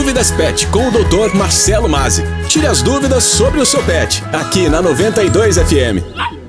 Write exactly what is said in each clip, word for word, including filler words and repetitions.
Dúvidas Pet com o doutor Marcelo Mazzi. Tire as dúvidas sobre o seu pet, aqui na noventa e dois F M.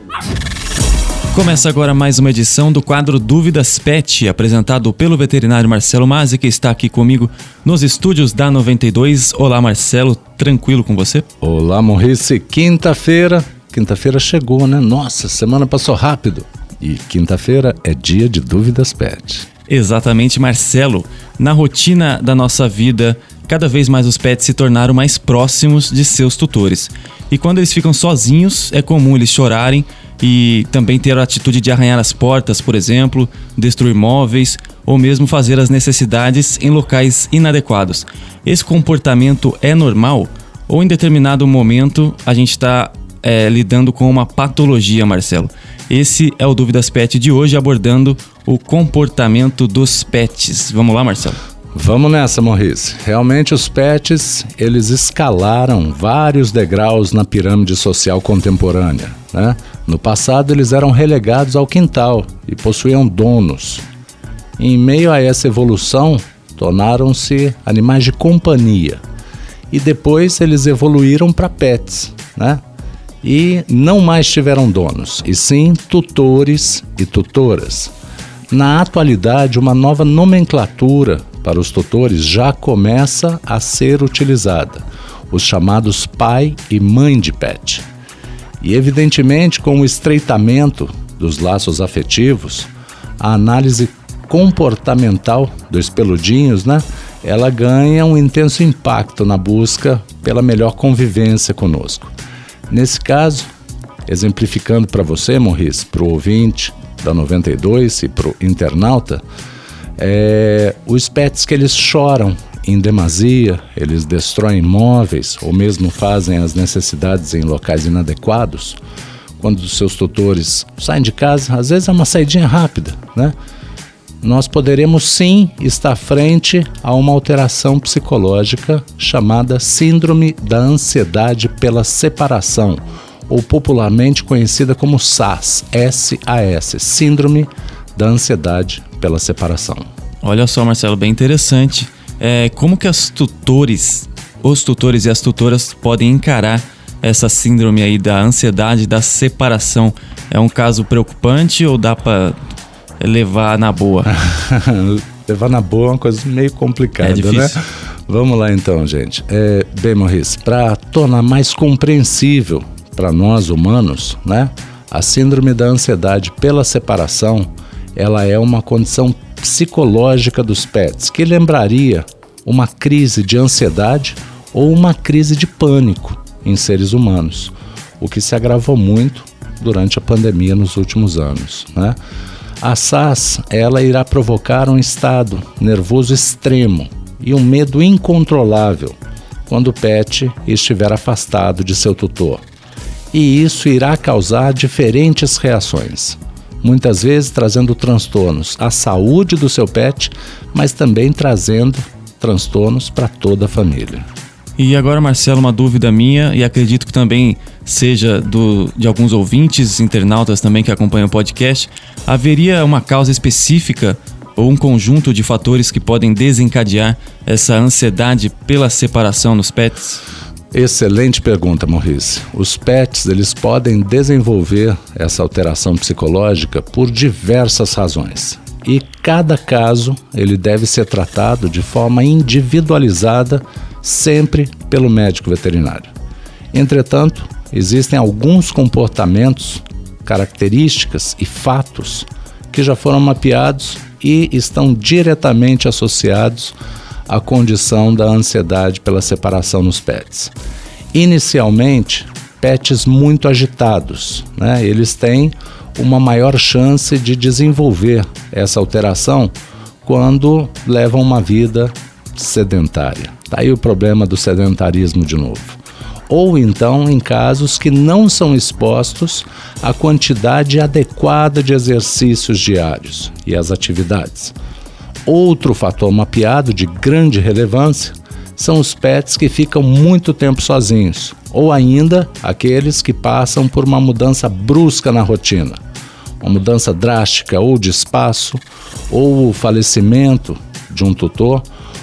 Começa agora mais uma edição do quadro Dúvidas Pet, apresentado pelo veterinário Marcelo Mazzi, que está aqui comigo nos estúdios da noventa e dois. Olá, Marcelo, tranquilo com você? Olá, Maurice. Quinta-feira, quinta-feira chegou, né? Nossa, semana passou rápido. E quinta-feira é dia de Dúvidas Pet. Exatamente, Marcelo. Na rotina da nossa vida, cada vez mais os pets se tornaram mais próximos de seus tutores. E quando eles ficam sozinhos, é comum eles chorarem e também ter a atitude de arranhar as portas, por exemplo, destruir móveis ou mesmo fazer as necessidades em locais inadequados. Esse comportamento é normal ou em determinado momento a gente está é, lidando com uma patologia, Marcelo? Esse é o Dúvidas Pet de hoje, abordando o comportamento dos pets. Vamos lá, Marcelo? Vamos nessa, Maurice. Realmente os pets, eles escalaram vários degraus na pirâmide social contemporânea, né? No passado eles eram relegados ao quintal e possuíam donos. Em meio a essa evolução, tornaram-se animais de companhia. E depois eles evoluíram para pets, né? E não mais tiveram donos, e sim tutores e tutoras. Na atualidade, uma nova nomenclatura para os tutores já começa a ser utilizada, os chamados pai e mãe de pet. E evidentemente, com o estreitamento dos laços afetivos, a análise comportamental dos peludinhos, né, ela ganha um intenso impacto na busca pela melhor convivência conosco. Nesse caso, exemplificando para você, Maurice, para o ouvinte da noventa e dois e para o internauta, é, os pets que eles choram em demasia, eles destroem móveis ou mesmo fazem as necessidades em locais inadequados, quando os seus tutores saem de casa, às vezes é uma saidinha rápida, né? Nós poderemos sim estar frente a uma alteração psicológica chamada Síndrome da Ansiedade pela Separação, ou popularmente conhecida como S A S, S A S, Síndrome da Ansiedade pela Separação. Olha só, Marcelo, bem interessante. É, como que as tutores, os tutores e as tutoras podem encarar essa síndrome aí da ansiedade da separação? É um caso preocupante ou dá para levar na boa? Levar na boa é uma coisa meio complicada, é difícil, né? Vamos lá então, gente. É, bem, Maurice, para tornar mais compreensível para nós humanos, né, a síndrome da ansiedade pela separação, ela é uma condição psicológica dos pets que lembraria uma crise de ansiedade ou uma crise de pânico em seres humanos, o que se agravou muito durante a pandemia nos últimos anos, né? A S A S, ela irá provocar um estado nervoso extremo e um medo incontrolável quando o pet estiver afastado de seu tutor. E isso irá causar diferentes reações, muitas vezes trazendo transtornos à saúde do seu pet, mas também trazendo transtornos para toda a família. E agora, Marcelo, uma dúvida minha, e acredito que também seja do, de alguns ouvintes, internautas também que acompanham o podcast. Haveria uma causa específica ou um conjunto de fatores que podem desencadear essa ansiedade pela separação nos pets? Excelente pergunta, Maurice. Os pets, eles podem desenvolver essa alteração psicológica por diversas razões. E cada caso, ele deve ser tratado de forma individualizada, sempre pelo médico veterinário. Entretanto, existem alguns comportamentos, características e fatos que já foram mapeados e estão diretamente associados à condição da ansiedade pela separação nos pets. Inicialmente, pets muito agitados, né? Eles têm uma maior chance de desenvolver essa alteração quando levam uma vida sedentária. Tá aí o problema do sedentarismo de novo. Ou então em casos que não são expostos à quantidade adequada de exercícios diários e as atividades. Outro fator mapeado de grande relevância são os pets que ficam muito tempo sozinhos, ou ainda aqueles que passam por uma mudança brusca na rotina, uma mudança drástica ou de espaço, ou o falecimento de um tutor,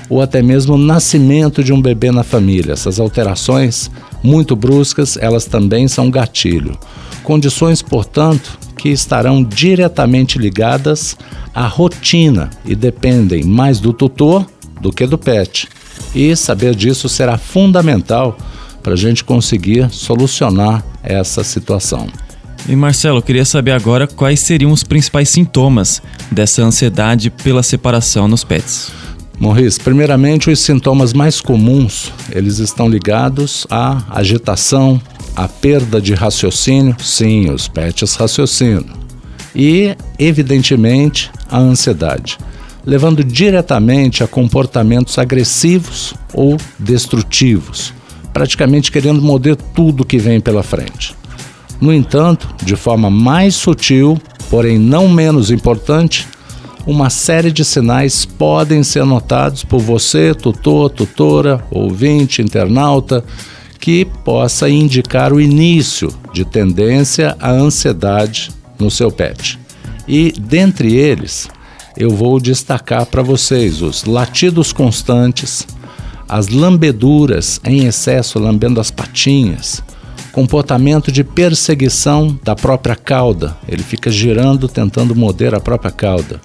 ou até mesmo o nascimento de um bebê na família. Essas alterações muito bruscas, elas também são gatilho. Condições, portanto, que estarão diretamente ligadas à rotina e dependem mais do tutor do que do pet. E saber disso será fundamental para a gente conseguir solucionar essa situação. E Marcelo, eu queria saber agora quais seriam os principais sintomas dessa ansiedade pela separação nos pets. Morris, primeiramente os sintomas mais comuns, eles estão ligados à agitação, à perda de raciocínio, sim, os pets raciocinam, e evidentemente a ansiedade, levando diretamente a comportamentos agressivos ou destrutivos, praticamente querendo morder tudo que vem pela frente. No entanto, de forma mais sutil, porém não menos importante, uma série de sinais podem ser notados por você, tutor, tutora, ouvinte, internauta, que possa indicar o início de tendência à ansiedade no seu pet. E, dentre eles, eu vou destacar para vocês os latidos constantes, as lambeduras em excesso, lambendo as patinhas, comportamento de perseguição da própria cauda, ele fica girando tentando morder a própria cauda,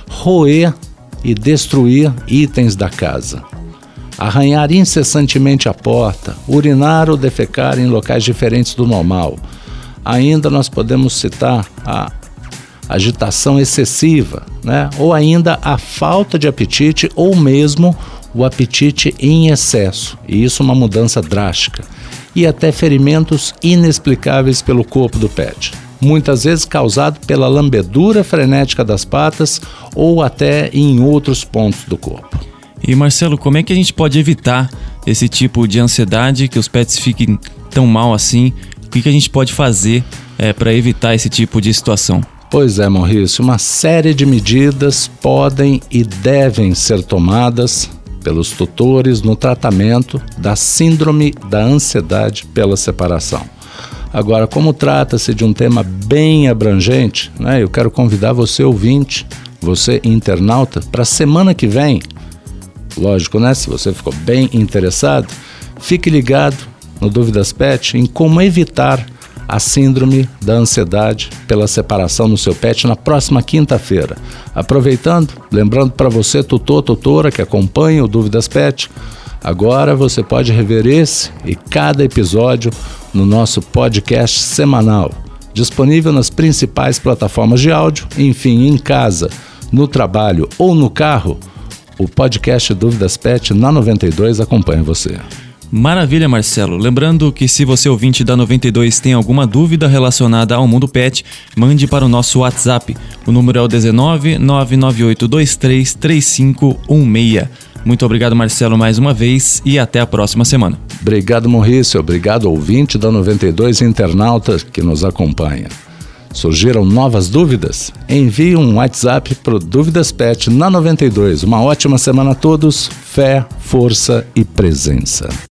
roer e destruir itens da casa, arranhar incessantemente a porta, urinar ou defecar em locais diferentes do normal. Ainda nós podemos citar a agitação excessiva, né? Ou ainda a falta de apetite ou mesmo o apetite em excesso, e isso uma mudança drástica, e até ferimentos inexplicáveis pelo corpo do pet, muitas vezes causado pela lambedura frenética das patas ou até em outros pontos do corpo. E Marcelo, como é que a gente pode evitar esse tipo de ansiedade, que os pets fiquem tão mal assim? O que, que a gente pode fazer é, para evitar esse tipo de situação? Pois é, Maurício, uma série de medidas podem e devem ser tomadas pelos tutores no tratamento da síndrome da ansiedade pela separação. Agora, como trata-se de um tema bem abrangente, né, eu quero convidar você, ouvinte, você internauta, para a semana que vem, lógico, né, se você ficou bem interessado, fique ligado no Dúvidas Pet em como evitar a síndrome da ansiedade pela separação no seu pet na próxima quinta-feira. Aproveitando, lembrando para você, tutor, tutora, que acompanha o Dúvidas Pet, agora você pode rever esse e cada episódio no nosso podcast semanal, disponível nas principais plataformas de áudio, enfim, em casa, no trabalho ou no carro, o podcast Dúvidas Pet na noventa e dois acompanha você. Maravilha, Marcelo. Lembrando que se você ouvinte da noventa e dois tem alguma dúvida relacionada ao mundo pet, mande para o nosso WhatsApp. O número é o dezenove, nove nove oito dois três, três cinco um seis. Muito obrigado, Marcelo, mais uma vez e até a próxima semana. Obrigado, Maurício. Obrigado, ouvinte da noventa e dois, internauta que nos acompanha. Surgiram novas dúvidas? Envie um WhatsApp para o Dúvidas Pet na noventa e dois. Uma ótima semana a todos. Fé, força e presença.